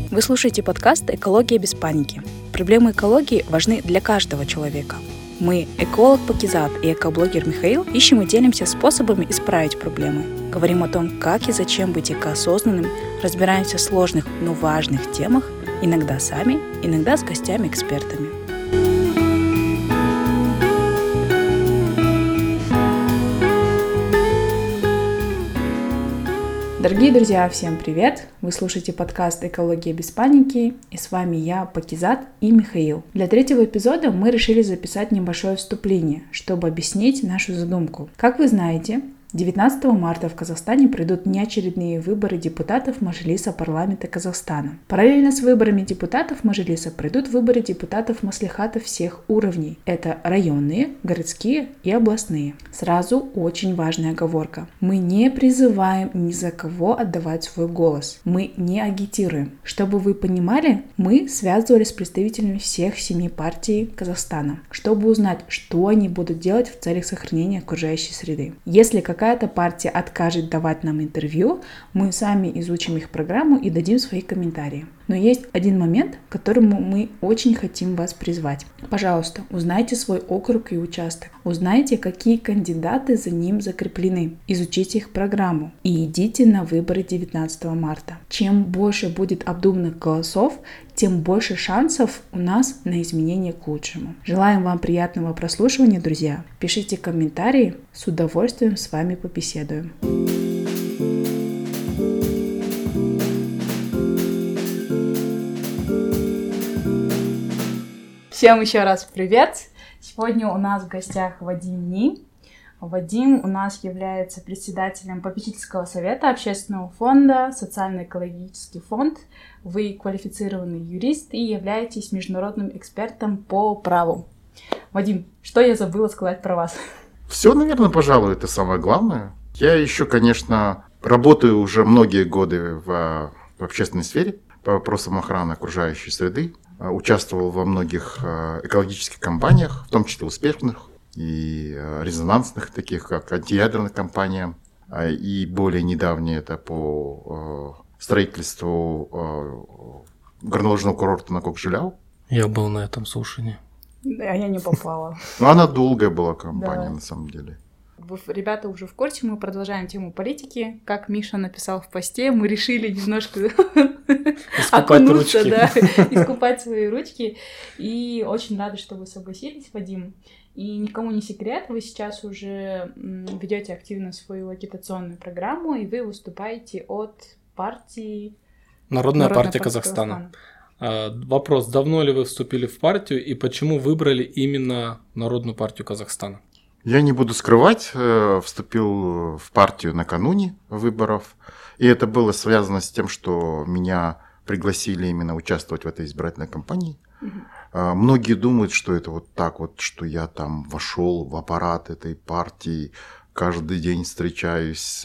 Вы слушаете подкаст «Экология без паники». Проблемы экологии важны для каждого человека. Мы, эколог Пакизат и экоблогер Михаил, ищем и делимся способами исправить проблемы. Говорим о том, как и зачем быть экоосознанным, разбираемся в сложных, но важных темах, иногда сами, иногда с гостями-экспертами. Дорогие друзья, всем привет! Вы слушаете подкаст «Экология без паники», и с вами я, Пакизат и Михаил. Для третьего эпизода мы решили записать небольшое вступление, чтобы объяснить нашу задумку. Как вы знаете, 19 марта в Казахстане пройдут неочередные выборы депутатов Мажилиса парламента Казахстана. Параллельно с выборами депутатов Мажилиса пройдут выборы депутатов маслихата всех уровней. Это районные, городские и областные. Сразу очень важная оговорка. Мы не призываем ни за кого отдавать свой голос. Мы не агитируем. Чтобы вы понимали, мы связывались с представителями всех 7 партий Казахстана, чтобы узнать, что они будут делать в целях сохранения окружающей среды. Если какая-то партия откажет давать нам интервью, мы сами изучим их программу и дадим свои комментарии. Но есть один момент, к которому мы очень хотим вас призвать. Пожалуйста, узнайте свой округ и участок. Узнайте, какие кандидаты за ним закреплены. Изучите их программу и идите на выборы 19 марта. Чем больше будет обдуманных голосов, тем больше шансов у нас на изменения к лучшему. Желаем вам приятного прослушивания, друзья. Пишите комментарии, с удовольствием с вами побеседуем. Всем еще раз привет! Сегодня у нас в гостях Вадим Ни. Вадим у нас является председателем попечительского совета общественного фонда «Социально-экологический фонд». Вы квалифицированный юрист и являетесь международным экспертом по праву. Вадим, что я забыла сказать про вас? Все, наверное, пожалуй, это самое главное. Я еще, конечно, работаю уже многие годы в общественной сфере по вопросам охраны окружающей среды. Участвовал во многих экологических кампаниях, в том числе успешных и резонансных, таких как антиядерная кампания, и более недавнее это по строительству горнолыжного курорта на Кокшеляу. Я был на этом слушании. Да, я не попала. Но она долгая была кампания, на самом деле. Ребята уже в курсе, мы продолжаем тему политики. Как Миша написал в посте, мы решили немножко окунуться, искупать свои ручки. И очень рада, что вы согласились, Вадим. И никому не секрет, вы сейчас уже ведете активно свою агитационную программу, и вы выступаете от партии Народная партия Казахстана. Вопрос, давно ли вы вступили в партию и почему выбрали именно Народную партию Казахстана? Я не буду скрывать, вступил в партию накануне выборов, и это было связано с тем, что меня пригласили именно участвовать в этой избирательной кампании. Многие думают, что это вот так вот, что я там вошел в аппарат этой партии, каждый день встречаюсь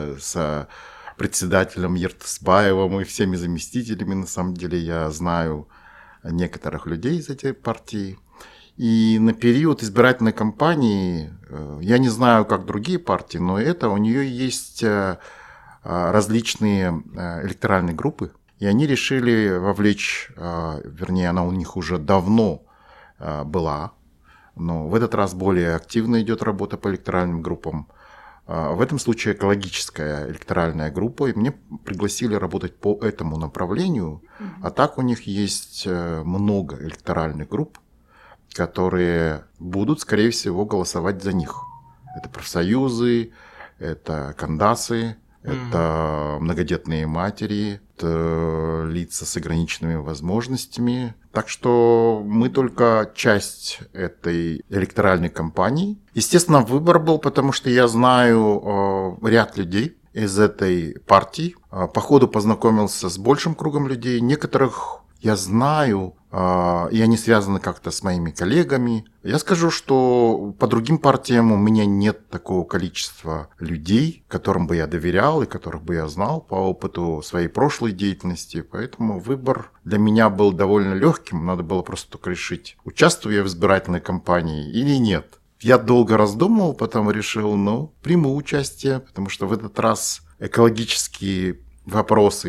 с председателем Ертысбаевым и всеми заместителями. На самом деле я знаю некоторых людей из этой партии. И на период избирательной кампании, я не знаю, как другие партии, но у нее есть различные электоральные группы. И они решили вовлечь, вернее, она у них уже давно была, но в этот раз более активно идет работа по электоральным группам. В этом случае экологическая электоральная группа, и меня пригласили работать по этому направлению. А так у них есть много электоральных групп, которые будут, скорее всего, голосовать за них. Это профсоюзы, это кандасы, это многодетные матери, это лица с ограниченными возможностями. Так что мы только часть этой электоральной кампании. Естественно, выбор был, потому что я знаю ряд людей из этой партии. По ходу познакомился с большим кругом людей. Некоторых я знаю, и они связаны как-то с моими коллегами. Я скажу, что по другим партиям у меня нет такого количества людей, которым бы я доверял и которых бы я знал по опыту своей прошлой деятельности. Поэтому выбор для меня был довольно легким. Надо было просто только решить, участвую я в избирательной кампании или нет. Я долго раздумывал, потом решил, приму участие, потому что в этот раз экологические вопросы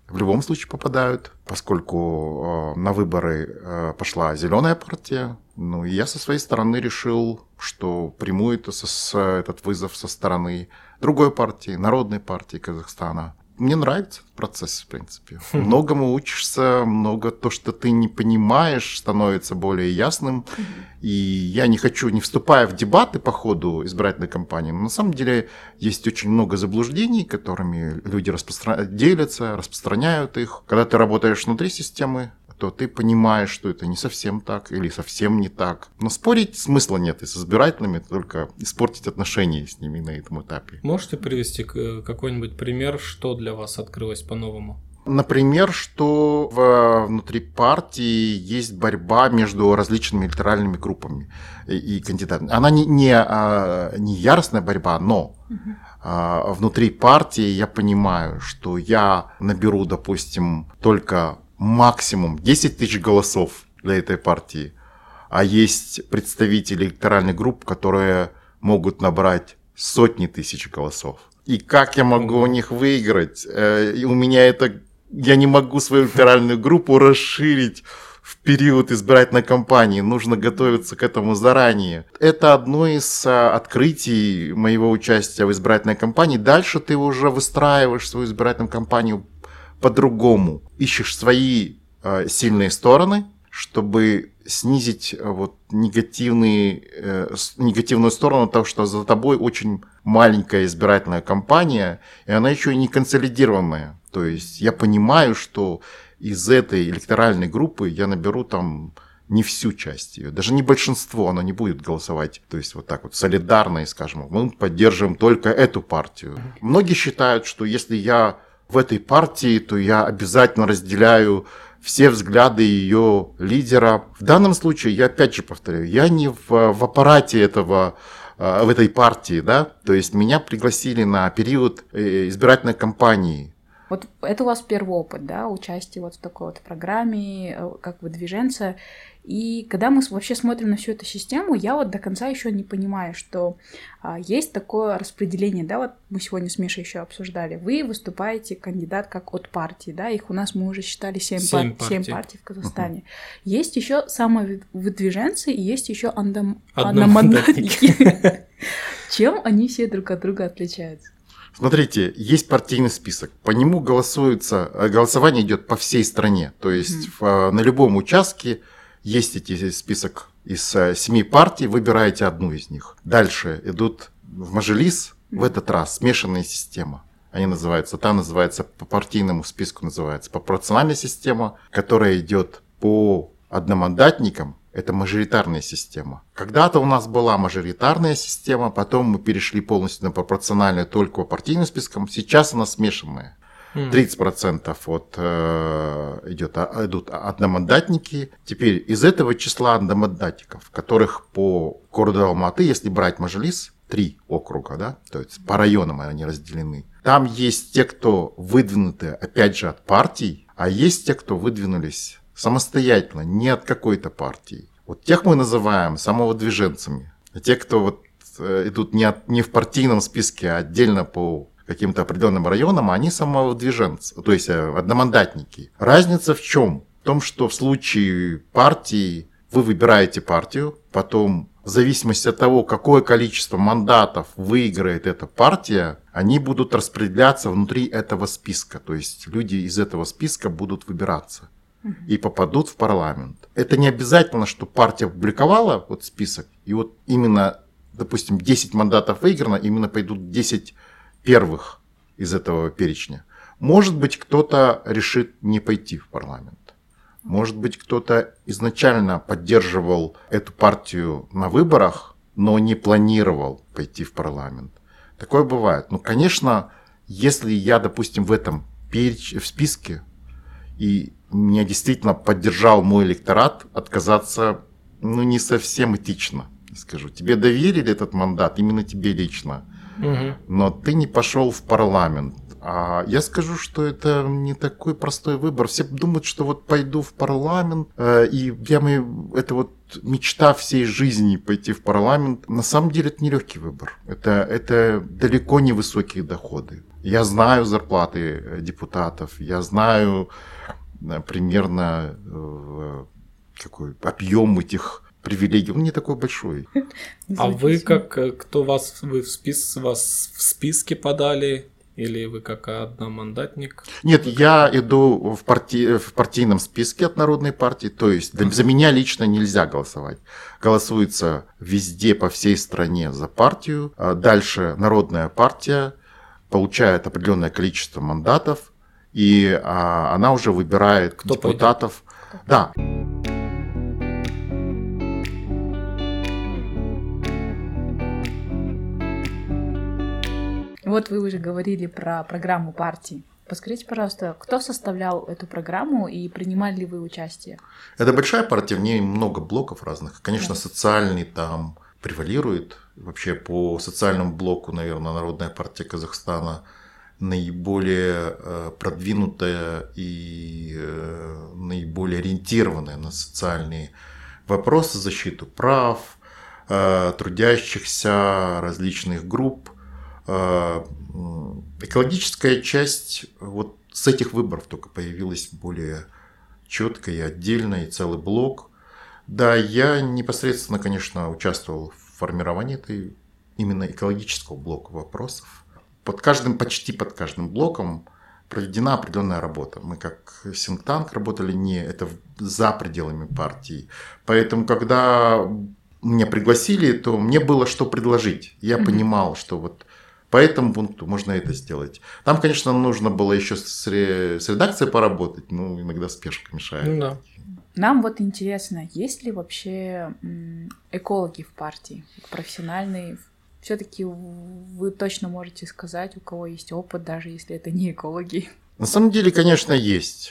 в любом случае попадают, поскольку на выборы пошла зеленая партия. Ну, и я со своей стороны решил, что приму этот вызов со стороны другой партии, Народной партии Казахстана. Мне нравится этот процесс, в принципе. Многому учишься, много то, что ты не понимаешь, становится более ясным. И я не хочу, не вступая в дебаты по ходу избирательной кампании, но на самом деле есть очень много заблуждений, которыми люди делятся, распространяют их. Когда ты работаешь внутри системы, то ты понимаешь, что это не совсем так или совсем не так. Но спорить смысла нет, и с избирателями только испортить отношения с ними на этом этапе. Можете привести какой-нибудь пример, что для вас открылось по-новому? Например, что внутри партии есть борьба между различными электоральными группами и кандидатами. Она не яростная борьба, но внутри партии я понимаю, что я наберу, допустим, только максимум 10 тысяч голосов для этой партии, а есть представители электоральных групп, которые могут набрать сотни тысяч голосов. И как я могу у них выиграть? У меня я не могу свою электоральную группу расширить в период избирательной кампании. Нужно готовиться к этому заранее. Это одно из открытий моего участия в избирательной кампании. Дальше ты уже выстраиваешь свою избирательную кампанию по-другому. Ищешь свои сильные стороны, чтобы снизить негативную сторону того, что за тобой очень маленькая избирательная кампания, и она еще и не консолидированная. То есть я понимаю, что из этой электоральной группы я наберу там не всю часть ее, даже не большинство, оно не будет голосовать, то есть вот так вот солидарно, и скажем, мы поддерживаем только эту партию. Многие считают, что если я в этой партии, то я обязательно разделяю все взгляды ее лидера. В данном случае, я опять же повторяю, я не в аппарате в этой партии, да, то есть меня пригласили на период избирательной кампании. Вот это у вас первый опыт, да, участие вот в такой вот программе, как выдвиженца. И когда мы вообще смотрим на всю эту систему, я вот до конца еще не понимаю, что есть такое распределение, да, вот мы сегодня с Мишей еще обсуждали. Вы выступаете кандидат как от партии, да, их у нас мы уже считали 7 партий в Казахстане. Есть еще самовыдвиженцы и есть еще одномандатники. Чем они все друг от друга отличаются? Смотрите, есть партийный список, по нему голосование идет по всей стране, то есть на любом участке есть список из 7 партий, выбираете одну из них. Дальше идут в Мажилис, в этот раз смешанная система. Они называются, та называется по партийному списку, называется пропорциональная система, которая идет по одномандатникам. Это мажоритарная система. Когда-то у нас была мажоритарная система, потом мы перешли полностью на пропорциональную только по партийным спискам. Сейчас она смешанная. 30% идут одномандатники. Теперь из этого числа одномандатников, которых по городу Алматы, если брать Мажилис, 3 округа, да, то есть по районам они разделены. Там есть те, кто выдвинуты, опять же, от партий, а есть те, кто выдвинулись самостоятельно, не от какой-то партии. Вот тех мы называем самовыдвиженцами. А те, кто вот идут не в партийном списке, а отдельно по каким-то определенным районам, они самовыдвиженцы, то есть одномандатники. Разница в чем? В том, что в случае партии вы выбираете партию, потом в зависимости от того, какое количество мандатов выиграет эта партия, они будут распределяться внутри этого списка. То есть люди из этого списка будут выбираться и попадут в парламент. Это не обязательно, что партия опубликовала вот список, и вот именно, допустим, 10 мандатов выиграно, именно пойдут 10 первых из этого перечня. Может быть, кто-то решит не пойти в парламент. Может быть, кто-то изначально поддерживал эту партию на выборах, но не планировал пойти в парламент. Такое бывает. Ну, конечно, если я, допустим, в этом в списке, и меня действительно поддержал мой электорат, отказаться, ну, не совсем этично, скажу. Тебе доверили этот мандат, именно тебе лично, но ты не пошел в парламент. А я скажу, что это не такой простой выбор. Все думают, что вот пойду в парламент, и это вот мечта всей жизни пойти в парламент. На самом деле это нелегкий выбор. Это далеко не высокие доходы. Я знаю зарплаты депутатов, я знаю примерно какой объем этих привилегий. Он не такой большой. А вы вы вас в списке подали? Или вы как одномандатник? Нет, я иду в партийном списке от Народной партии, то есть за меня лично нельзя голосовать. Голосуется везде, по всей стране за партию. Дальше Народная партия получает определенное количество мандатов, и она уже выбирает депутатов. Да. Вот вы уже говорили про программу партии. Подскажите, пожалуйста, кто составлял эту программу и принимали ли вы участие? Это большая партия, в ней много блоков разных. Конечно, социальный там превалирует. Вообще по социальному блоку, наверное, Народная партия Казахстана наиболее продвинутая и наиболее ориентированная на социальные вопросы, защиту прав трудящихся, различных групп. Экологическая часть вот с этих выборов только появилась более четко и отдельно, и целый блок. Да, я непосредственно, конечно, участвовал в формировании именно экологического блока вопросов. Почти под каждым блоком проведена определенная работа. Мы как think-tank работали это за пределами партии. Поэтому, когда меня пригласили, то мне было что предложить. Я понимал, что вот по этому пункту можно это сделать. Там, конечно, нужно было еще с редакцией поработать, но иногда спешка мешает. Да. Нам вот интересно, есть ли вообще экологи в партии, профессиональные? Все-таки вы точно можете сказать, у кого есть опыт, даже если это не экологи. На самом деле, конечно, есть.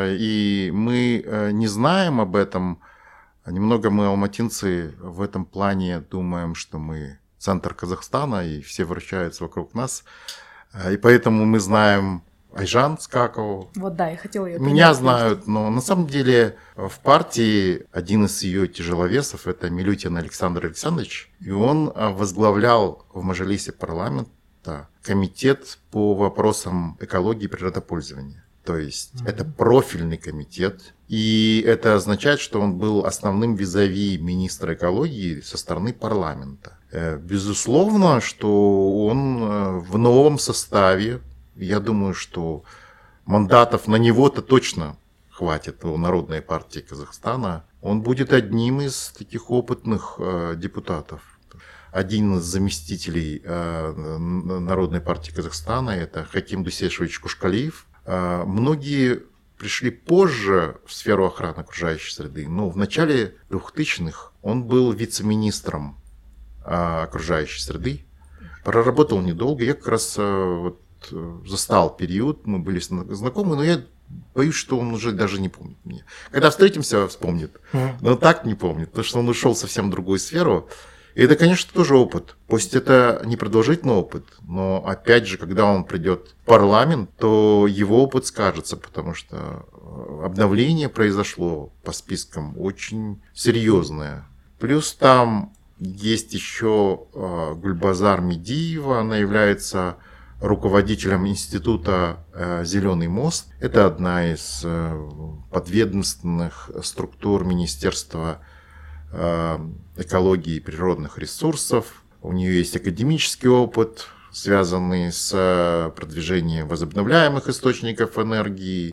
И мы не знаем об этом. Немного мы, алматинцы, в этом плане думаем, что мы центр Казахстана, и все вращаются вокруг нас. И поэтому мы знаем Айжан Скакову. Вот да, я хотела ее. Меня знают, но на самом деле в партии один из ее тяжеловесов – это Милютин Александр Александрович. И он возглавлял в Мажилисе парламента комитет по вопросам экологии и природопользования. То есть это профильный комитет. И это означает, что он был основным визави министра экологии со стороны парламента. Безусловно, что он в новом составе, я думаю, что мандатов на него-то точно хватит у Народной партии Казахстана. Он будет одним из таких опытных депутатов. Один из заместителей Народной партии Казахстана – это Хаким Дусешевич Кушкалиев. Многие пришли позже в сферу охраны окружающей среды, но в начале 2000-х он был вице-министром окружающей среды. Проработал недолго. Я как раз застал период, мы были знакомы, но я боюсь, что он уже даже не помнит меня. Когда встретимся, вспомнит. Но так не помнит, потому что он ушел в совсем другую сферу. И это, конечно, тоже опыт. Пусть это не продолжительный опыт, но опять же, когда он придет в парламент, то его опыт скажется, потому что обновление произошло по спискам очень серьезное. Плюс там есть еще Гульбазар Медиева, она является руководителем института «Зеленый мост». Это одна из подведомственных структур Министерства экологии и природных ресурсов. У нее есть академический опыт, связанный с продвижением возобновляемых источников энергии.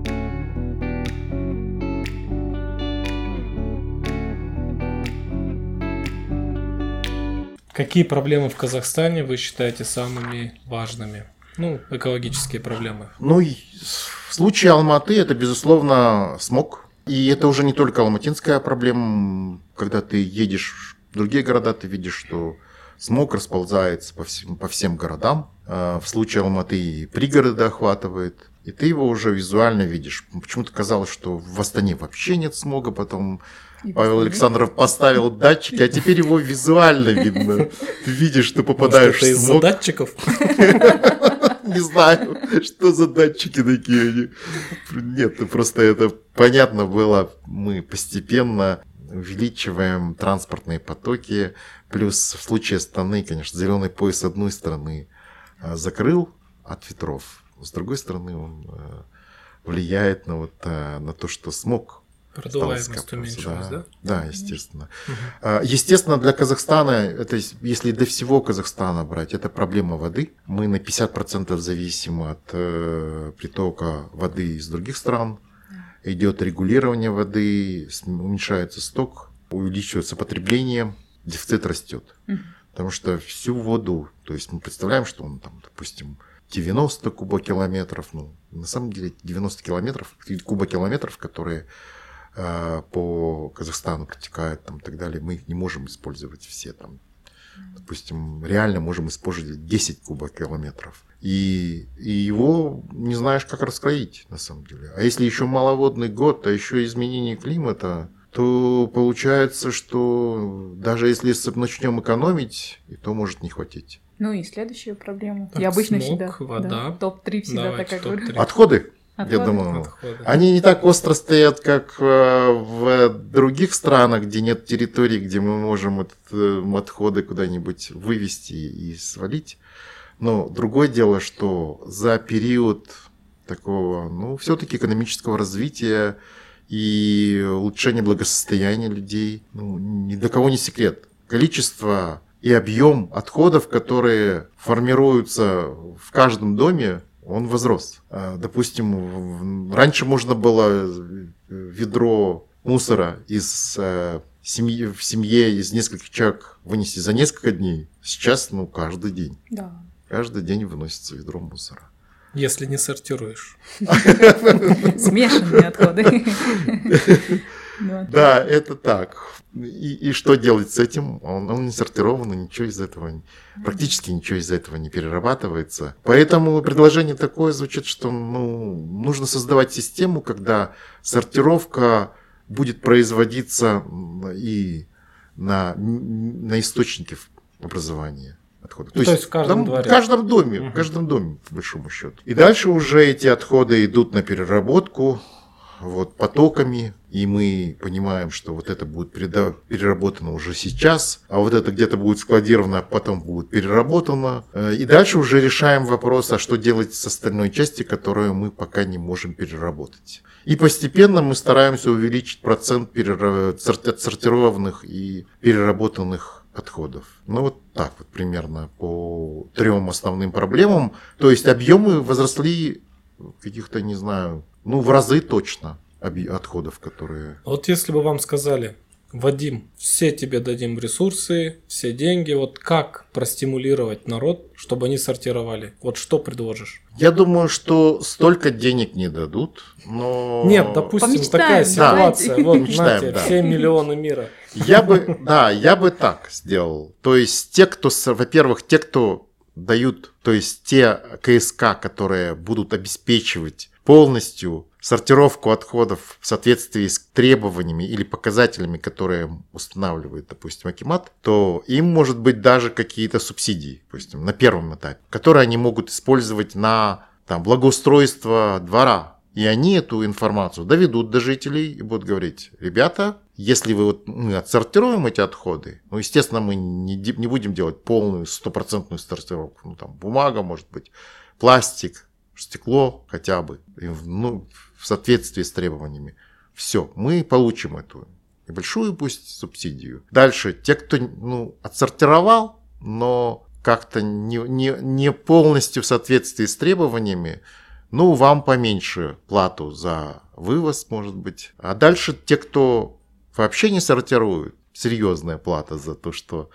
Какие проблемы в Казахстане вы считаете самыми важными? Экологические проблемы. В случае Алматы это, безусловно, смог. И это уже не только алматинская проблема. Когда ты едешь в другие города, ты видишь, что смог расползается по всем городам. В случае Алматы и пригороды охватывает. И ты его уже визуально видишь. Почему-то казалось, что в Астане вообще нет смога. Потом Павел Александров поставил датчики, а теперь его визуально видно. Ты видишь, что попадаешь в смог. Это из-за датчиков? Не знаю, что за датчики такие они. Нет, просто это понятно было. Мы постепенно увеличиваем транспортные потоки. Плюс в случае Астаны, конечно, зеленый пояс с одной стороны закрыл от ветров, с другой стороны он влияет на то, что смог. Продуваемость уменьшилась, да? Да, естественно. Естественно, для Казахстана, это если до всего Казахстана брать, это проблема воды. Мы на 50% зависим от притока воды из других стран. Идет регулирование воды, уменьшается сток, увеличивается потребление, дефицит растет. Потому что всю воду, то есть мы представляем, что он там, допустим, 90 кубокилометров, на самом деле 90 кубокилометров, которые по Казахстану протекают там, и так далее, мы их не можем использовать все там. Допустим, реально можем использовать 10 кубокилометров. И его не знаешь, как раскроить, на самом деле. А если еще маловодный год, а еще изменение климата, то получается, что даже если начнем экономить, и то может не хватить. И следующая проблема. Так, Я обычно смог, всегда вода. топ-3 всегда так говорю. Отходы. Я думаю, они не так остро стоят, как в других странах, где нет территорий, где мы можем отходы куда-нибудь вывести и свалить. Но другое дело, что за период такого, все-таки экономического развития и улучшения благосостояния людей, ни для кого не секрет. Количество и объем отходов, которые формируются в каждом доме, он возрос. Допустим, раньше можно было ведро мусора в семье из нескольких человек вынести за несколько дней. Сейчас, каждый день. Да. Каждый день выносится ведро мусора. Если не сортируешь. Смешанные отходы. Да, это так. И что делать с этим? Он не сортирован, ничего из этого, практически ничего из этого не перерабатывается. Поэтому предложение такое звучит, что нужно создавать систему, когда сортировка будет производиться и на источнике образования отходов. То есть в каждом дворе. В каждом доме, по большому счету. И дальше уже эти отходы идут на переработку потоками, и мы понимаем, что это будет переработано уже сейчас, а это где-то будет складировано, а потом будет переработано. И дальше уже решаем вопрос, а что делать с остальной частью, которую мы пока не можем переработать. И постепенно мы стараемся увеличить процент отсортированных и переработанных отходов. Так примерно по 3 основным проблемам. То есть объемы возросли каких-то, не знаю, в разы точно отходов, которые... Если бы вам сказали: Вадим, все тебе дадим ресурсы, все деньги, как простимулировать народ, чтобы они сортировали? Что предложишь? Я думаю, что столько денег не дадут, но... Нет, допустим, помечтаем, такая ситуация. Мечтаем, да. Все миллионы мира. Я бы так сделал. То есть во-первых, те, кто дают, то есть те КСК, которые будут обеспечивать полностью сортировку отходов в соответствии с требованиями или показателями, которые устанавливает, допустим, Акимат, то им может быть даже какие-то субсидии, допустим, на первом этапе, которые они могут использовать на благоустройство двора. И они эту информацию доведут до жителей и будут говорить: ребята, если мы отсортируем эти отходы, естественно, мы не будем делать полную 100% сортировку. Бумага, может быть, пластик, стекло хотя бы, в соответствии с требованиями. Все, мы получим эту небольшую, пусть, субсидию. Дальше, те, кто отсортировал, но как-то не полностью в соответствии с требованиями, вам поменьше плату за вывоз, может быть. А дальше те, кто вообще не сортируют, серьезная плата за то, что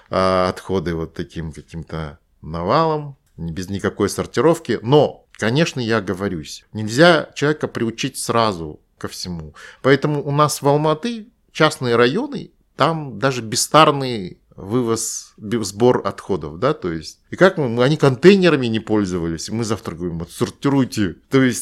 отходы таким каким-то навалом, без никакой сортировки. Но, конечно, я оговорюсь, нельзя человека приучить сразу ко всему. Поэтому у нас в Алматы частные районы, там даже бестарный сбор отходов, да, то есть. И как они контейнерами не пользовались, мы завтра говорим: отсортируйте. То есть,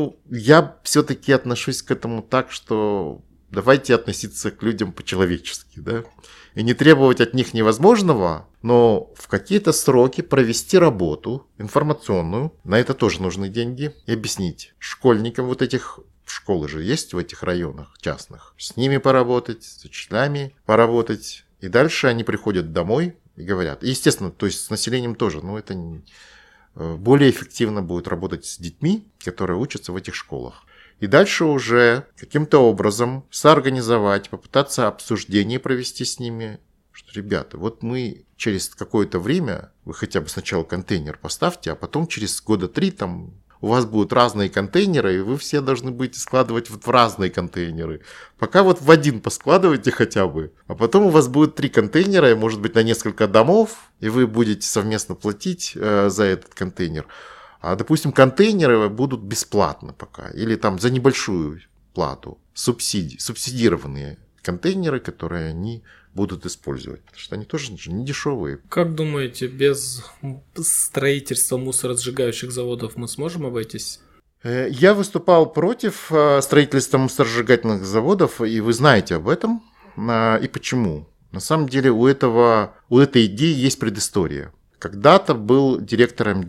я все-таки отношусь к этому так, что давайте относиться к людям по-человечески, да, и не требовать от них невозможного, но в какие-то сроки провести работу информационную, на это тоже нужны деньги, и объяснить школьникам этих школы же есть в этих районах частных, с ними поработать, с учителями поработать. И дальше они приходят домой и говорят. И, естественно, то есть с населением тоже, но это более эффективно будет работать с детьми, которые учатся в этих школах. И дальше уже каким-то образом соорганизовать, попытаться обсуждение провести с ними, что, ребята, вот мы через какое-то время, вы хотя бы сначала контейнер поставьте, а потом через года 3 там у вас будут разные контейнеры, и вы все должны будете складывать в разные контейнеры. Пока вот в один поскладывайте хотя бы, а потом у вас будет 3 контейнера, и, может быть, на несколько домов, и вы будете совместно платить за этот контейнер. А, допустим, контейнеры будут бесплатно пока, или там за небольшую плату, субсидированные контейнеры, которые они будут использовать, потому что они тоже не дешевые. Как думаете, без строительства мусоросжигающих заводов мы сможем обойтись? Я выступал против строительства мусоросжигательных заводов, и вы знаете об этом. И почему? На самом деле у этой идеи есть предыстория. Когда-то был директором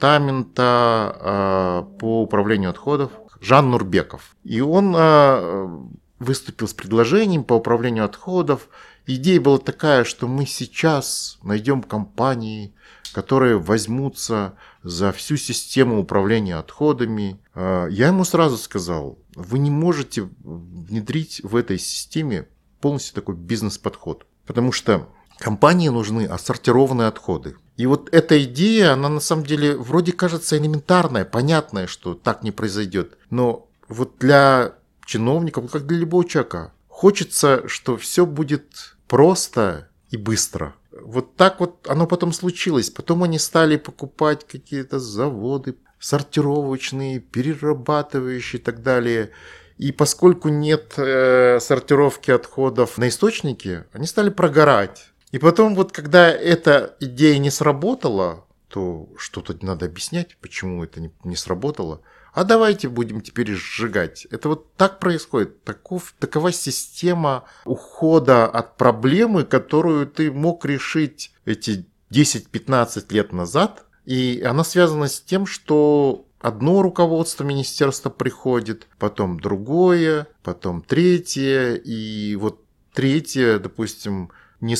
департамента по управлению отходов Жан Нурбеков. И он выступил с предложением по управлению отходов. Идея была такая, что мы сейчас найдем компании, которые возьмутся за всю систему управления отходами. Я ему сразу сказал, вы не можете внедрить в этой системе полностью такой бизнес-подход, потому что компании нужны отсортированные отходы. И вот эта идея, она на самом деле вроде кажется элементарная, понятная, что так не произойдет. Но вот для чиновников, как для любого человека, хочется, что все будет просто и быстро. Вот так вот оно потом случилось. Потом они стали покупать какие-то заводы сортировочные, перерабатывающие и так далее. И поскольку нет сортировки отходов на источнике, они стали прогорать. И потом вот когда эта идея не сработала, то что-то надо объяснять, почему это не сработало. А давайте будем теперь сжигать. Это вот так происходит. Такова система ухода от проблемы, которую ты мог решить эти 10-15 лет назад. И она связана с тем, что одно руководство министерства приходит, потом другое, потом третье. И вот третье, допустим, не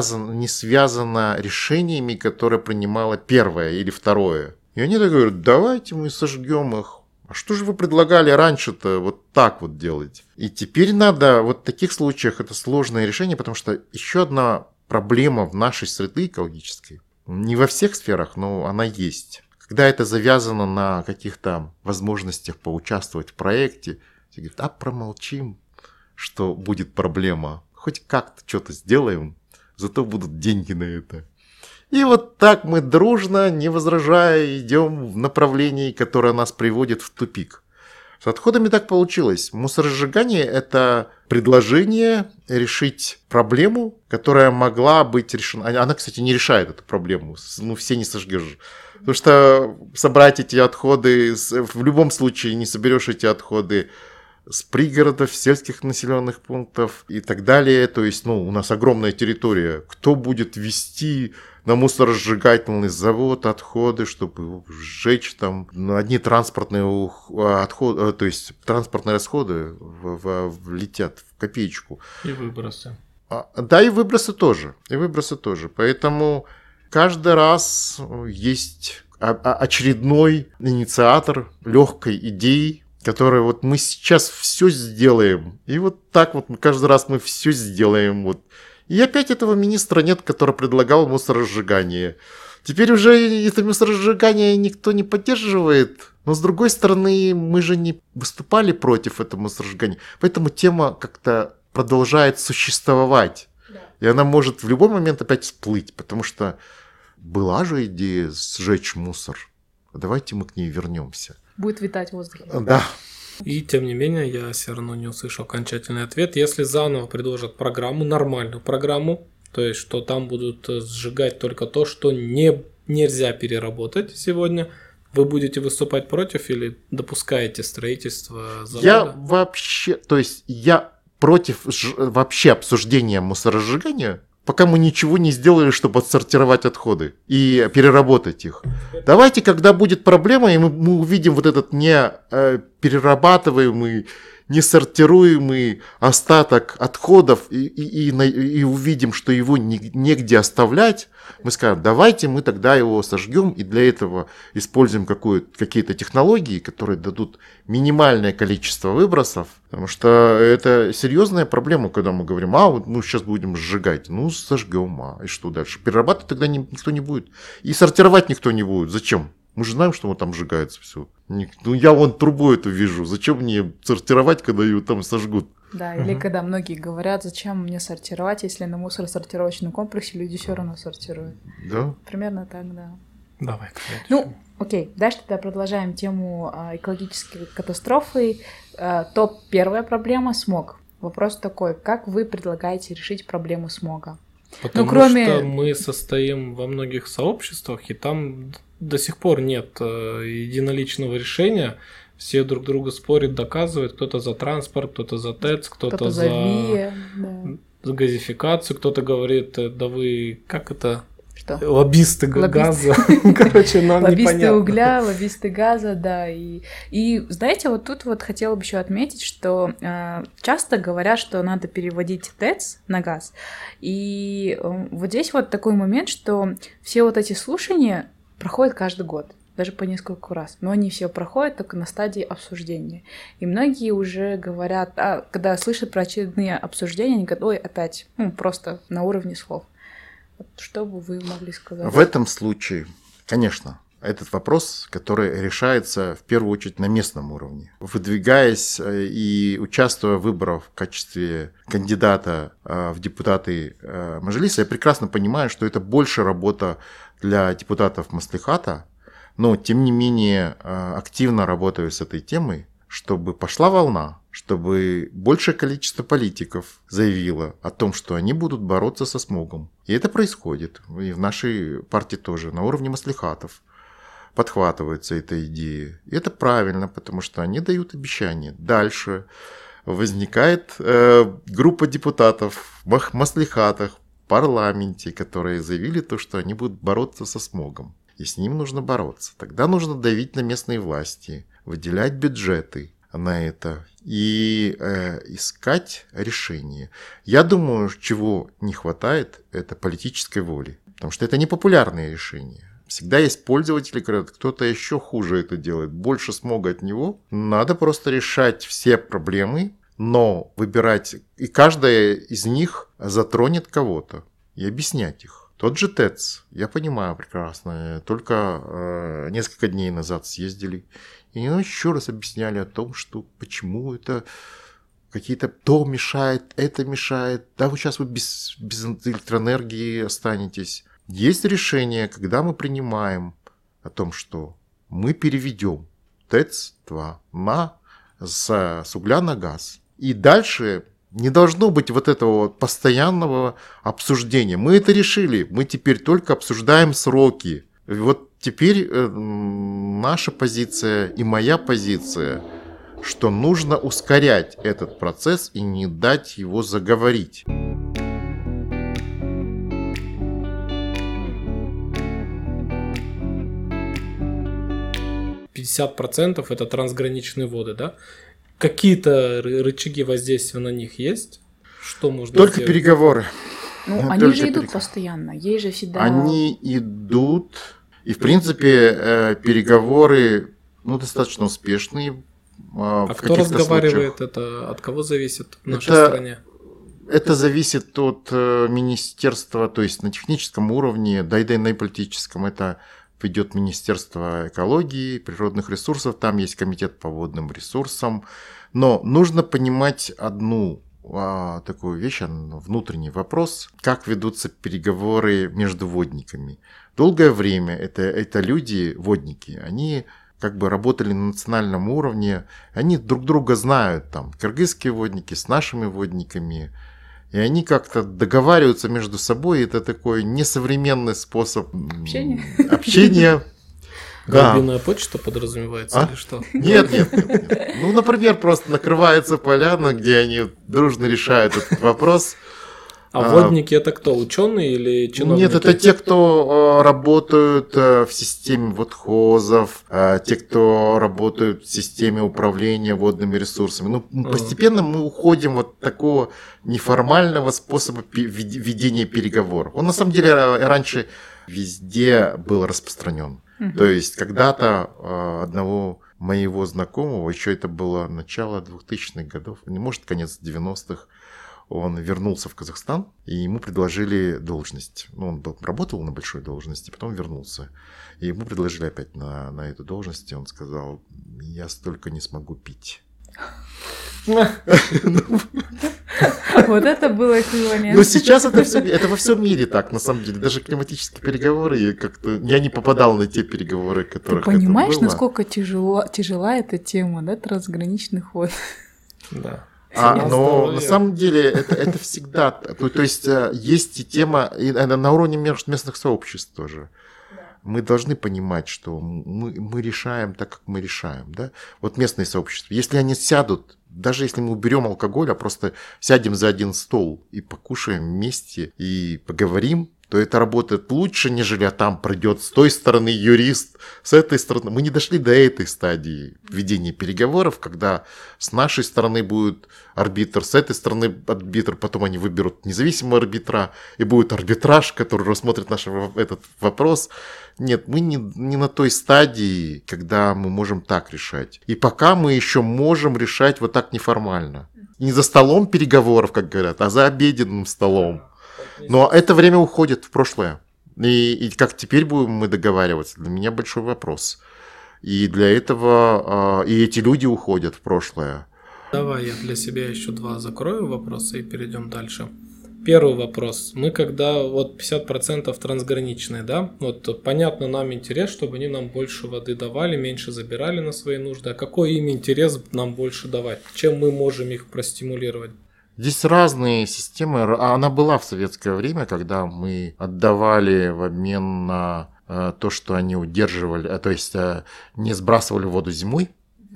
связано решениями, которые принимало первое или второе. И они так говорят, давайте мы сожгем их. А что же вы предлагали раньше-то вот так вот делать? И теперь надо, вот в таких случаях это сложное решение, потому что еще одна проблема в нашей среде экологической, не во всех сферах, но она есть. Когда это завязано на каких-то возможностях поучаствовать в проекте, все говорят, а промолчим, что будет проблема. Хоть как-то что-то сделаем, зато будут деньги на это. И вот так мы дружно, не возражая, идем в направлении, которое нас приводит в тупик. С отходами так получилось. Мусоросжигание – это предложение решить проблему, которая могла быть решена. Она, кстати, не решает эту проблему. Ну, все не сожгешь. Потому что собрать эти отходы, в любом случае не соберешь эти отходы с пригородов, сельских населенных пунктов и так далее. То есть, у нас огромная территория. Кто будет вести на мусоросжигательный завод отходы, чтобы его сжечь там? Одни транспортные отходы, то есть транспортные расходы влетят в копеечку. И выбросы. Да, и выбросы тоже. Поэтому каждый раз есть очередной инициатор легкой идеи, которые вот мы сейчас все сделаем. И вот так вот каждый раз мы все сделаем. Вот. И опять этого министра нет, который предлагал мусоросжигание. Теперь уже это мусоросжигание никто не поддерживает. Но с другой стороны, мы же не выступали против этого мусоросжигания. Поэтому тема как-то продолжает существовать. Да. И она может в любой момент опять всплыть. Потому что была же идея сжечь мусор. Давайте мы к ней вернемся. Будет витать в воздухе. Да. И тем не менее, я все равно не услышал окончательный ответ. Если заново предложат программу, нормальную программу, то есть, что там будут сжигать только то, что нельзя переработать сегодня, вы будете выступать против или допускаете строительство завода? Я против вообще обсуждения мусоросжигания пока мы ничего не сделали, чтобы отсортировать отходы и переработать их. Давайте, когда будет проблема, и мы увидим вот этот не перерабатываемый, не сортируемый остаток отходов и увидим, что его негде оставлять, мы скажем, давайте мы тогда его сожгем и для этого используем какие-то технологии, которые дадут минимальное количество выбросов, потому что это серьезная проблема, когда мы говорим, вот мы сейчас будем сжигать, сожгем, и что дальше? Перерабатывать тогда никто не будет, и сортировать никто не будет. Зачем? Мы же знаем, что там сжигается все. Я вон трубу эту вижу. Зачем мне сортировать, когда ее там сожгут? Да, или когда многие говорят, зачем мне сортировать, если на мусоросортировочном комплексе люди все равно сортируют. Да. Примерно так, да. Давай. Окей. Дальше тогда продолжаем тему экологической катастрофы. Топ первая проблема — смог. Вопрос такой: как вы предлагаете решить проблему смога? Потому что мы состоим во многих сообществах, и там до сих пор нет единоличного решения. Все друг друга спорят, доказывают. Кто-то за транспорт, кто-то за ТЭЦ, кто-то за ВИА, за газификацию, кто-то говорит, да вы, как это? Что? Лоббисты газа. Короче, нам непонятно. Лоббисты угля, лоббисты газа, да. И знаете, вот тут вот хотела бы еще отметить, что часто говорят, что надо переводить ТЭЦ на газ. И вот здесь вот такой момент, что все вот эти слушания проходят каждый год, даже по несколько раз. Но они все проходят только на стадии обсуждения. И многие уже говорят, когда слышат про очередные обсуждения, они говорят, ой, опять, просто на уровне слов. Что бы вы могли сказать? В этом случае, конечно, этот вопрос, который решается в первую очередь на местном уровне. Выдвигаясь и участвуя в выборах в качестве кандидата в депутаты Мажилиса, я прекрасно понимаю, что это больше работа для депутатов Маслихата, но тем не менее активно работаю с этой темой, чтобы пошла волна, чтобы большее количество политиков заявило о том, что они будут бороться со смогом. И это происходит. И в нашей партии тоже, на уровне маслихатов подхватывается эта идея. И это правильно, потому что они дают обещания. Дальше возникает группа депутатов в маслихатах, в парламенте, которые заявили то, что они будут бороться со смогом. И с ним нужно бороться. Тогда нужно давить на местные власти, выделять бюджеты на это и искать решение. Я думаю, чего не хватает, это политической воли. Потому что это непопулярные решения. Всегда есть пользователи, говорят, кто-то еще хуже это делает, больше смога от него. Надо просто решать все проблемы, но выбирать, и каждая из них затронет кого-то, и объяснять их. Тот же ТЭЦ, я понимаю прекрасно, только несколько дней назад съездили, и еще раз объясняли о том, что почему это какие-то то мешает, это мешает, да вы сейчас без электроэнергии останетесь. Есть решение, когда мы принимаем о том, что мы переведем ТЭЦ-2 с угля на газ. И дальше не должно быть вот этого постоянного обсуждения. Мы это решили, мы теперь только обсуждаем сроки. И вот теперь наша позиция и моя позиция, что нужно ускорять этот процесс и не дать его заговорить. 50% это трансграничные воды, да? Какие-то рычаги воздействия на них есть? Что можно Только сделать? Переговоры. Они же идут постоянно. Есть же всегда... Они идут, и в принципе переговоры достаточно успешные. А кто разговаривает случаях. Это? От кого зависит в нашей стране? Это зависит от министерства, то есть на техническом уровне, да и на политическом. Это ведет Министерство экологии, природных ресурсов, там есть комитет по водным ресурсам. Но нужно понимать одну такую вещь, внутренний вопрос, как ведутся переговоры между водниками. Долгое время это люди, водники, они как бы работали на национальном уровне, они друг друга знают, там, кыргызские водники с нашими водниками, и они как-то договариваются между собой, это такой несовременный способ общения. Голубиная почта подразумевается или что? Нет. Например, просто накрывается поляна, где они дружно решают этот вопрос. А водники это кто? Ученые или чиновники? Нет, это те, кто работают в системе водхозов, те, кто работают в системе управления водными ресурсами. Ну, постепенно мы уходим от такого неформального способа ведения переговоров. Он на самом деле раньше везде был распространен. То есть когда-то одного моего знакомого, еще это было начало 2000-х годов, может, конец 90-х, он вернулся в Казахстан, и ему предложили должность. Ну, он работал на большой должности, потом вернулся. И ему предложили опять на эту должность, и он сказал: я столько не смогу пить. Вот это было эквивалент. Но сейчас это во всем мире так, на самом деле. Даже климатические переговоры, как-то я не попадал на те переговоры, которых Ты понимаешь, это было. насколько тяжела эта тема, да, трансграничных вод? Да. Но на самом деле это всегда... То есть есть и тема и на уровне местных сообществ тоже. Мы должны понимать, что мы решаем так, как мы решаем. Да? Вот местные сообщества, если они сядут, даже если мы уберем алкоголь, а просто сядем за один стол и покушаем вместе и поговорим, то это работает лучше, нежели там придет с той стороны юрист, с этой стороны. Мы не дошли до этой стадии ведения переговоров, когда с нашей стороны будет арбитр, с этой стороны арбитр, потом они выберут независимого арбитра, и будет арбитраж, который рассмотрит наш этот вопрос. Нет, мы не на той стадии, когда мы можем так решать. И пока мы еще можем решать вот так неформально. Не за столом переговоров, как говорят, а за обеденным столом. Но это время уходит в прошлое. И как теперь будем мы договариваться, для меня большой вопрос. И для этого и эти люди уходят в прошлое. Давай я для себя еще 2 закрою вопроса и перейдем дальше. Первый вопрос. Мы когда вот 50% трансграничные, да? Вот понятно, нам интерес, чтобы они нам больше воды давали, меньше забирали на свои нужды. А какой им интерес нам больше давать? Чем мы можем их простимулировать? Здесь разные системы. Она была в советское время, когда мы отдавали в обмен на то, что они удерживали, то есть не сбрасывали воду зимой,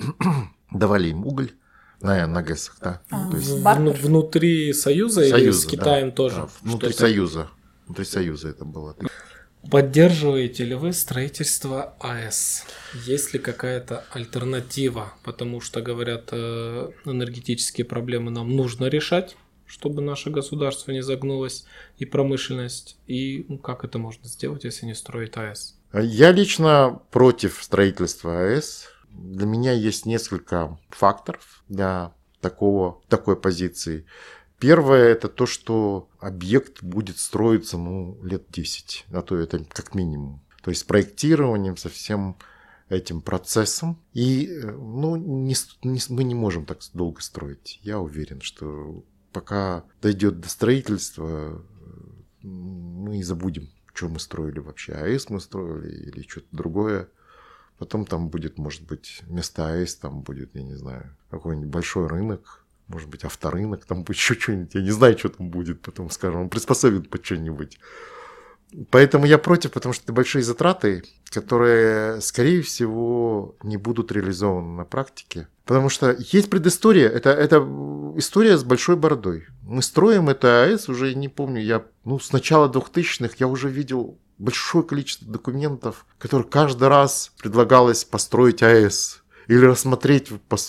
давали им уголь на ГЭСах. Да? То есть, внутри Союза или с Китаем да, тоже? Да, внутри Союза. Внутри Союза это было. Поддерживаете ли вы строительство АЭС? Есть ли какая-то альтернатива? Потому что, говорят, энергетические проблемы нам нужно решать, чтобы наше государство не загнулось, и промышленность. И как это можно сделать, если не строить АЭС? Я лично против строительства АЭС. Для меня есть несколько факторов для такой позиции. Первое – это то, что объект будет строиться лет 10, а то это как минимум. То есть с проектированием, со всем этим процессом. И мы не можем так долго строить. Я уверен, что пока дойдет до строительства, мы забудем, что мы строили вообще. АЭС мы строили или что-то другое. Потом там будет, может быть, вместо АЭС там будет, я не знаю, какой-нибудь большой рынок. Может быть, авторынок, там будет еще что-нибудь. Я не знаю, что там будет. Потом скажем, он приспособит под что-нибудь. Поэтому я против, потому что это большие затраты, которые, скорее всего, не будут реализованы на практике. Потому что есть предыстория. Это история с большой бородой. Мы строим это АЭС уже, не помню, с начала 2000-х я уже видел большое количество документов, которые каждый раз предлагалось построить АЭС. Или рассмотреть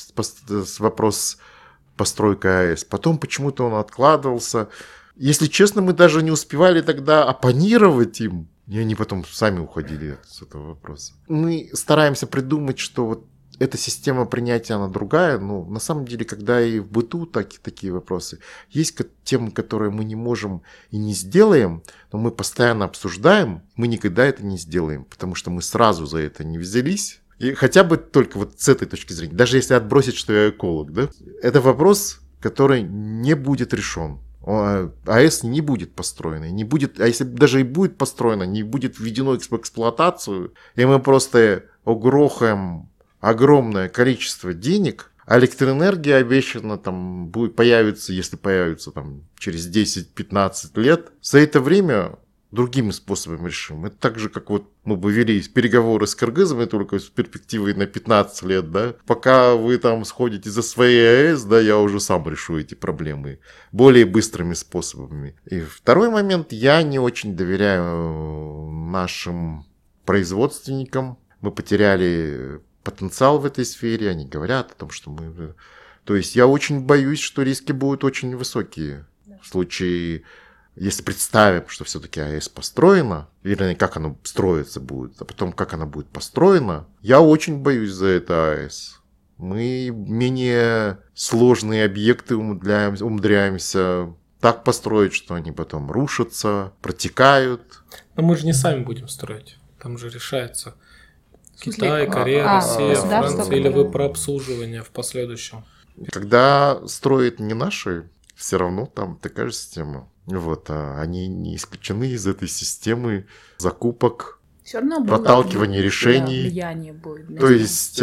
вопрос постройка АЭС. Потом почему-то он откладывался. Если честно, мы даже не успевали тогда оппонировать им. И они потом сами уходили с этого вопроса. Мы стараемся придумать, что вот эта система принятия, она другая. Но на самом деле, когда и в быту такие вопросы, есть темы, которые мы не можем и не сделаем, но мы постоянно обсуждаем, мы никогда это не сделаем, потому что мы сразу за это не взялись. И хотя бы только вот с этой точки зрения, даже если отбросить, что я эколог, да, это вопрос, который не будет решен. АЭС не будет построена, не будет, а если даже и будет построена, не будет введено в эксплуатацию, и мы просто угрохаем огромное количество денег, а электроэнергия обещана там будет появиться, если появится там через 10-15 лет. За это время другими способами решим. Это так же, как вот мы бы вели переговоры с кыргызами только с перспективой на 15 лет, да. Пока вы там сходите за своей АЭС, да, я уже сам решу эти проблемы более быстрыми способами. И второй момент, я не очень доверяю нашим производственникам. Мы потеряли потенциал в этой сфере, они говорят о том, что мы... То есть я очень боюсь, что риски будут очень высокие. В случае, если представим, что все-таки АЭС построена, вернее, как оно строиться будет, а потом как она будет построена, я очень боюсь за это АЭС. Мы менее сложные объекты умудряемся так построить, что они потом рушатся, протекают. Но мы же не сами будем строить. Там же решается Китай, Корея, Россия, Франция, или вы про обслуживание в последующем. Когда строят не наши, все равно там такая же система. Вот, а они не исключены из этой системы закупок, все равно проталкивания решений. Влияние будет. То есть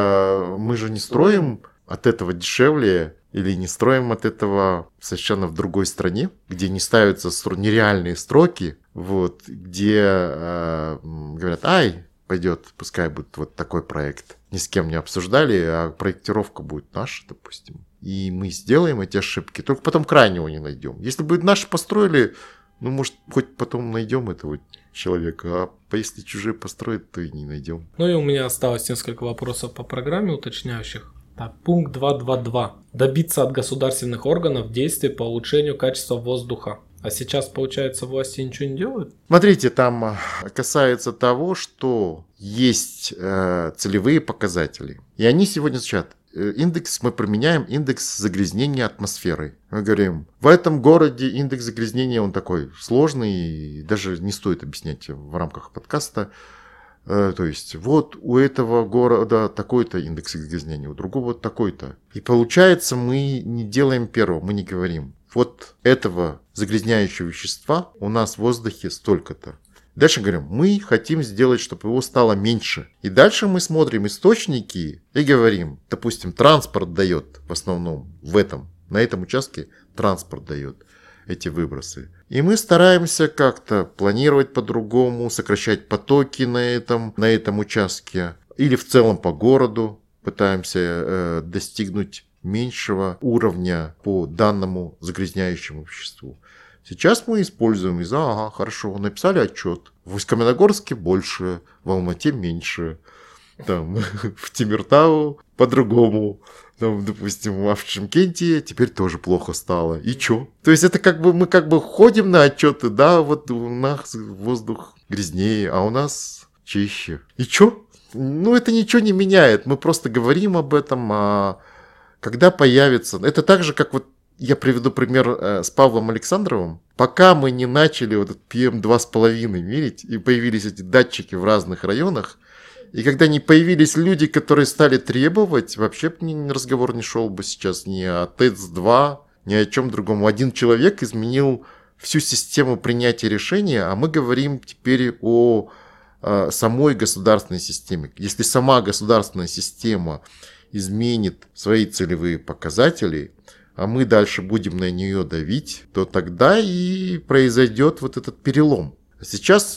мы же не строим от этого дешевле или не строим от этого совершенно в другой стране, где не ставятся нереальные строки, вот, где говорят, ай, пойдет, пускай будет вот такой проект. Ни с кем не обсуждали, а проектировка будет наша, допустим. И мы сделаем эти ошибки, только потом крайнего не найдем. Если бы наши построили, ну, может, хоть потом найдем этого человека, а если чужие построят, то и не найдем. Ну и у меня осталось несколько вопросов по программе уточняющих. Так, пункт 2.2.2. Добиться от государственных органов действий по улучшению качества воздуха. А сейчас, получается, власти ничего не делают? Смотрите, там касается того, что есть целевые показатели. И они сегодня звучат. Индекс, мы применяем индекс загрязнения атмосферы. Мы говорим, в этом городе индекс загрязнения, он такой сложный, и даже не стоит объяснять в рамках подкаста. То есть, вот у этого города такой-то индекс загрязнения, у другого такой-то. И получается, мы не делаем первого, мы не говорим. Вот этого загрязняющего вещества у нас в воздухе столько-то. Дальше говорим, мы хотим сделать, чтобы его стало меньше. И дальше мы смотрим источники и говорим, допустим, транспорт дает в основном на этом участке транспорт дает эти выбросы. И мы стараемся как-то планировать по-другому, сокращать потоки на этом участке. Или в целом по городу пытаемся достигнуть меньшего уровня по данному загрязняющему веществу. Сейчас мы используем хорошо, написали отчет. В Усть-Каменогорске больше, в Алмате меньше. Там, в Темиртау по-другому. Там, допустим, в Шымкенте теперь тоже плохо стало. И чё? То есть это мы ходим на отчеты, да, вот у нас воздух грязнее, а у нас чище. И чё? Ну, это ничего не меняет. Мы просто говорим об этом, а когда появится... Это так же, как вот я приведу пример с Павлом Александровым. Пока мы не начали вот этот PM2,5 мерить, и появились эти датчики в разных районах, и когда не появились люди, которые стали требовать, вообще разговор не шел бы сейчас ни о ТЭЦ-2, ни о чем другом. Один человек изменил всю систему принятия решения, а мы говорим теперь о самой государственной системе. Если сама государственная система изменит свои целевые показатели, а мы дальше будем на нее давить, то тогда и произойдет вот этот перелом. Сейчас,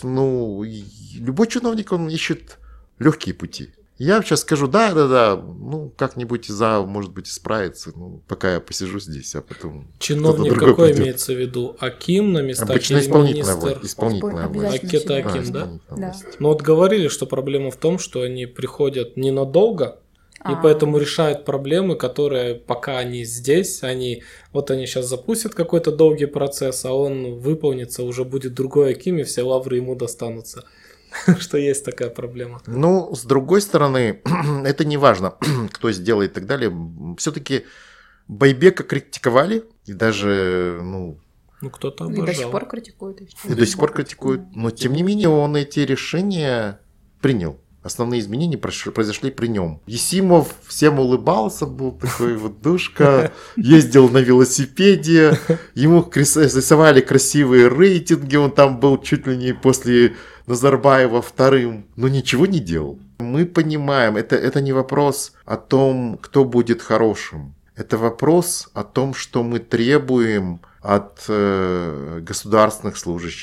любой чиновник, он ищет легкие пути. Я сейчас скажу, да, как-нибудь может быть, исправится, пока я посижу здесь, а потом... Чиновник какой придет. Имеется в виду? Аким на местах обычно или министр? Исполнительная власть. Это Аким, да? Но вот говорили, что проблема в том, что они приходят ненадолго, и поэтому решают проблемы, которые пока они здесь, они сейчас запустят какой-то долгий процесс, а он выполнится, уже будет другой Аким, и все лавры ему достанутся. Что есть такая проблема. С другой стороны, это не важно, кто сделает и так далее. Все-таки Байбека критиковали, и даже, кто-то обожал. И до сих пор критикуют. И до сих пор критикуют. Но, тем не менее, он эти решения принял. Основные изменения произошли при нем. Есимов всем улыбался, был такой вот душка, ездил на велосипеде, ему рисовали красивые рейтинги, он там был чуть ли не после Назарбаева вторым, но ничего не делал. Мы понимаем, это не вопрос о том, кто будет хорошим. Это вопрос о том, что мы требуем от государственных служащих,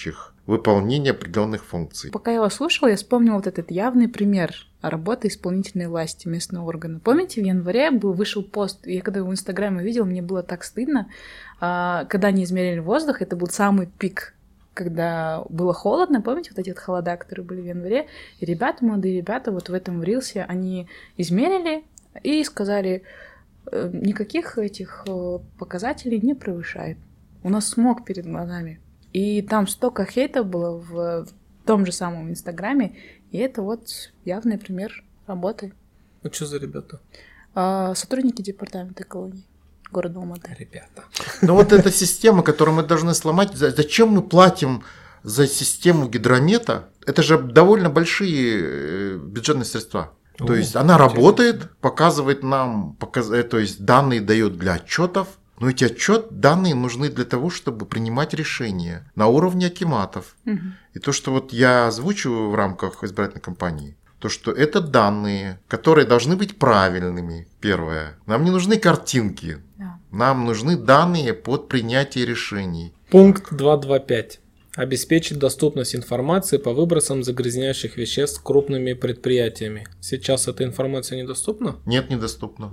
выполнения определенных функций. Пока я вас слушала, я вспомнила вот этот явный пример работы исполнительной власти местного органа. Помните, в январе вышел пост, я когда его в Инстаграме видела, мне было так стыдно, когда они измеряли воздух, это был самый пик, когда было холодно, помните, вот эти вот холода, которые были в январе, и ребята, молодые ребята, вот в этом рилсе, они измерили и сказали, никаких этих показателей не превышает. У нас смог перед глазами. И там столько хейта было в том же самом Инстаграме, и это вот явный пример работы. Ну что за ребята? Сотрудники департамента экологии города Алматы. Ребята. Но вот эта система, которую мы должны сломать, зачем мы платим за систему гидромета? Это же довольно большие бюджетные средства. То есть она работает, показывает нам, то есть данные дает для отчетов, но эти данные нужны для того, чтобы принимать решения на уровне акиматов. И то, что вот я озвучиваю в рамках избирательной кампании, то, что это данные, которые должны быть правильными, первое. Нам не нужны картинки, нам нужны данные под принятие решений. Пункт 2.2.5. Обеспечить доступность информации по выбросам загрязняющих веществ крупными предприятиями. Сейчас эта информация недоступна? Нет, недоступна.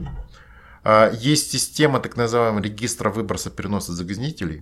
Есть система так называемого регистра выброса переноса загрязнителей.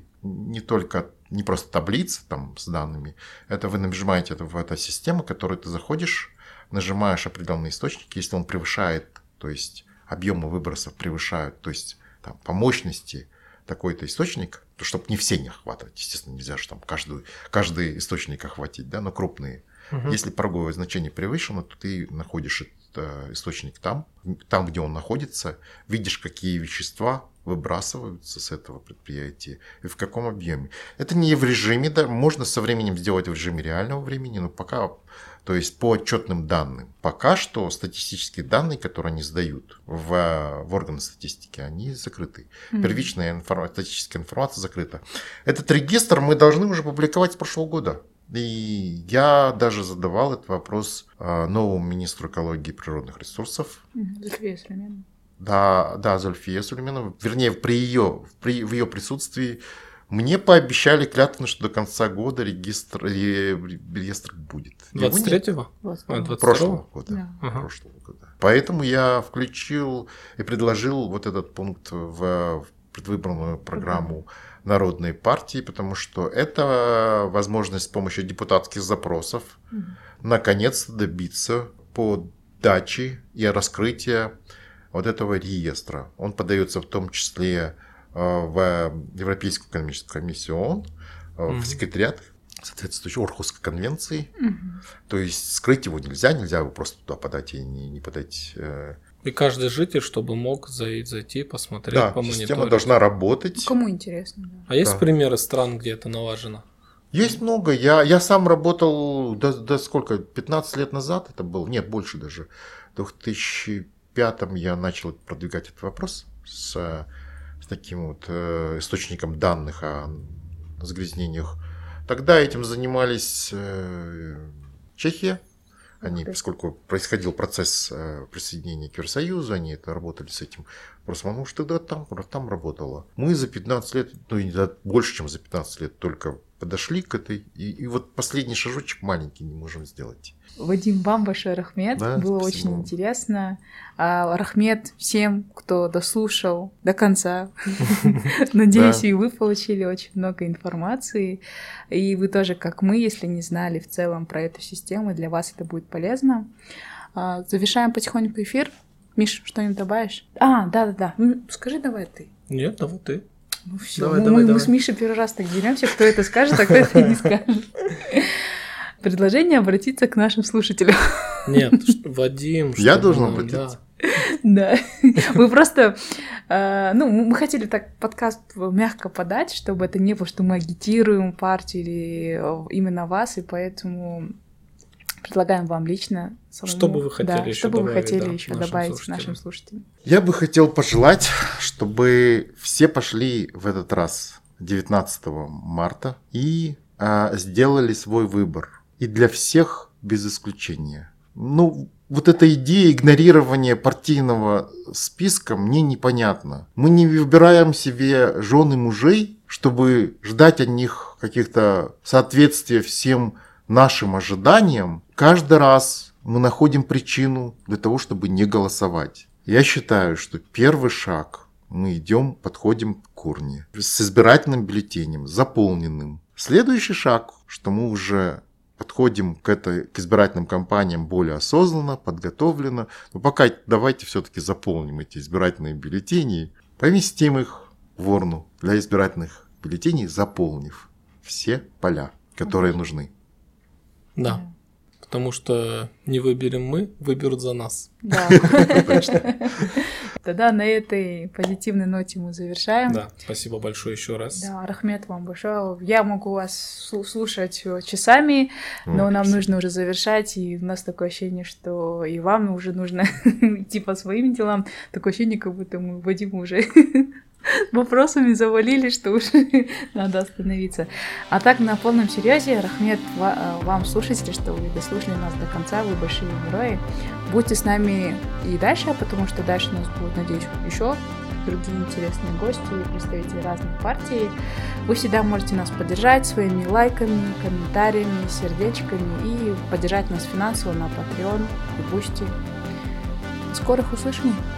Не просто таблица там, с данными. Это вы нажимаете в эту систему, в которую ты заходишь, нажимаешь определенный источник, если он превышает, то есть объемы выбросов превышают, то есть там, по мощности такой-то источник, чтобы не все не охватывать. Естественно, нельзя же там каждый источник охватить, да, но крупные. Если пороговое значение превышено, то ты находишь этот источник там, где он находится, видишь, какие вещества выбрасываются с этого предприятия и в каком объеме. Это не в режиме, да, можно со временем сделать в режиме реального времени, но пока, то есть по отчетным данным. Пока что статистические данные, которые они сдают в органы статистики, они закрыты. Первичная статистическая информация закрыта. Этот регистр мы должны уже публиковать с прошлого года. И я даже задавал этот вопрос новому министру экологии и природных ресурсов. Зульфия Сулейменова. Да, Зульфия Сулейменова. Вернее, в ее присутствии мне пообещали клятвенно, что до конца года реестр будет. 23-го? Прошлого года. Да. Прошлого года. Поэтому я включил и предложил вот этот пункт в предвыборную программу Народной партии, потому что это возможность с помощью депутатских запросов наконец-то добиться подачи и раскрытия вот этого реестра. Он подается в том числе в Европейскую экономическую комиссию ООН, в секретариат соответствующей Орхусской конвенции. То есть скрыть его нельзя его просто туда подать и не подать. И каждый житель, чтобы мог зайти, посмотреть, да, помониторить. система должна работать. Кому интересно. Да. А есть примеры стран, где это налажено? Есть много. Я сам работал до сколько? 15 лет назад это было? Нет, больше даже. В 2005 я начал продвигать этот вопрос с таким вот источником данных о загрязнениях. Тогда этим занимались Чехия. Поскольку происходил процесс присоединения к Евросоюзу, они работали с этим вопросом. Оно уж тогда там работало. Мы за 15 лет, больше, чем за 15 лет только подошли к этой. И вот последний шажочек маленький не можем сделать. Вадим, вам большой рахмет. Да, было спасибо. очень интересно. Рахмет всем, кто дослушал до конца. Надеюсь, и вы получили очень много информации. И вы тоже, как мы, если не знали в целом про эту систему, для вас это будет полезно. Завершаем потихоньку эфир. Миш, что-нибудь добавишь? Да. Скажи давай ты. Нет, давай ты. Ну все, мы с Мишей первый раз так деремся, кто это скажет, а кто это не скажет. Предложение обратиться к нашим слушателям. Нет, Вадим. Я должен обратиться? Да. Мы просто... мы хотели так подкаст мягко подать, чтобы это не было, что мы агитируем партию или именно вас, и поэтому предлагаем вам лично самому... Что бы вы хотели еще добавить нашим слушателям? Я бы хотел пожелать, чтобы все пошли в этот раз 19 марта и сделали свой выбор. И для всех без исключения. Вот эта идея игнорирования партийного списка мне непонятна. Мы не выбираем себе жен и мужей чтобы ждать от них каких-то соответствия всем нашим ожиданиям, каждый раз мы находим причину для того, чтобы не голосовать. Я считаю, что первый шаг мы подходим к урне с избирательным бюллетенем, заполненным. Следующий шаг, что мы уже подходим к избирательным кампаниям более осознанно, подготовленно. Но пока давайте все-таки заполним эти избирательные бюллетени, поместим их в урну для избирательных бюллетеней, заполнив все поля, которые нужны. Да. Потому что не выберем мы, выберут за нас. Да. Тогда на этой позитивной ноте мы завершаем. Да, спасибо большое еще раз. Да, Рахмет вам большое. Я могу вас слушать часами, но нам нужно уже завершать, и у нас такое ощущение, что и вам уже нужно идти по своим делам. Такое ощущение, как будто мы Вадиму уже вопросами завалили, что уже надо остановиться. А так, на полном серьезе, Рахмет вам, слушатели, что вы дослушали нас до конца, вы большие герои. Будьте с нами и дальше, потому что дальше у нас будут, надеюсь, еще другие интересные гости, представители разных партий. Вы всегда можете нас поддержать своими лайками, комментариями, сердечками и поддержать нас финансово на Patreon и Boosty. Скорых услышаний!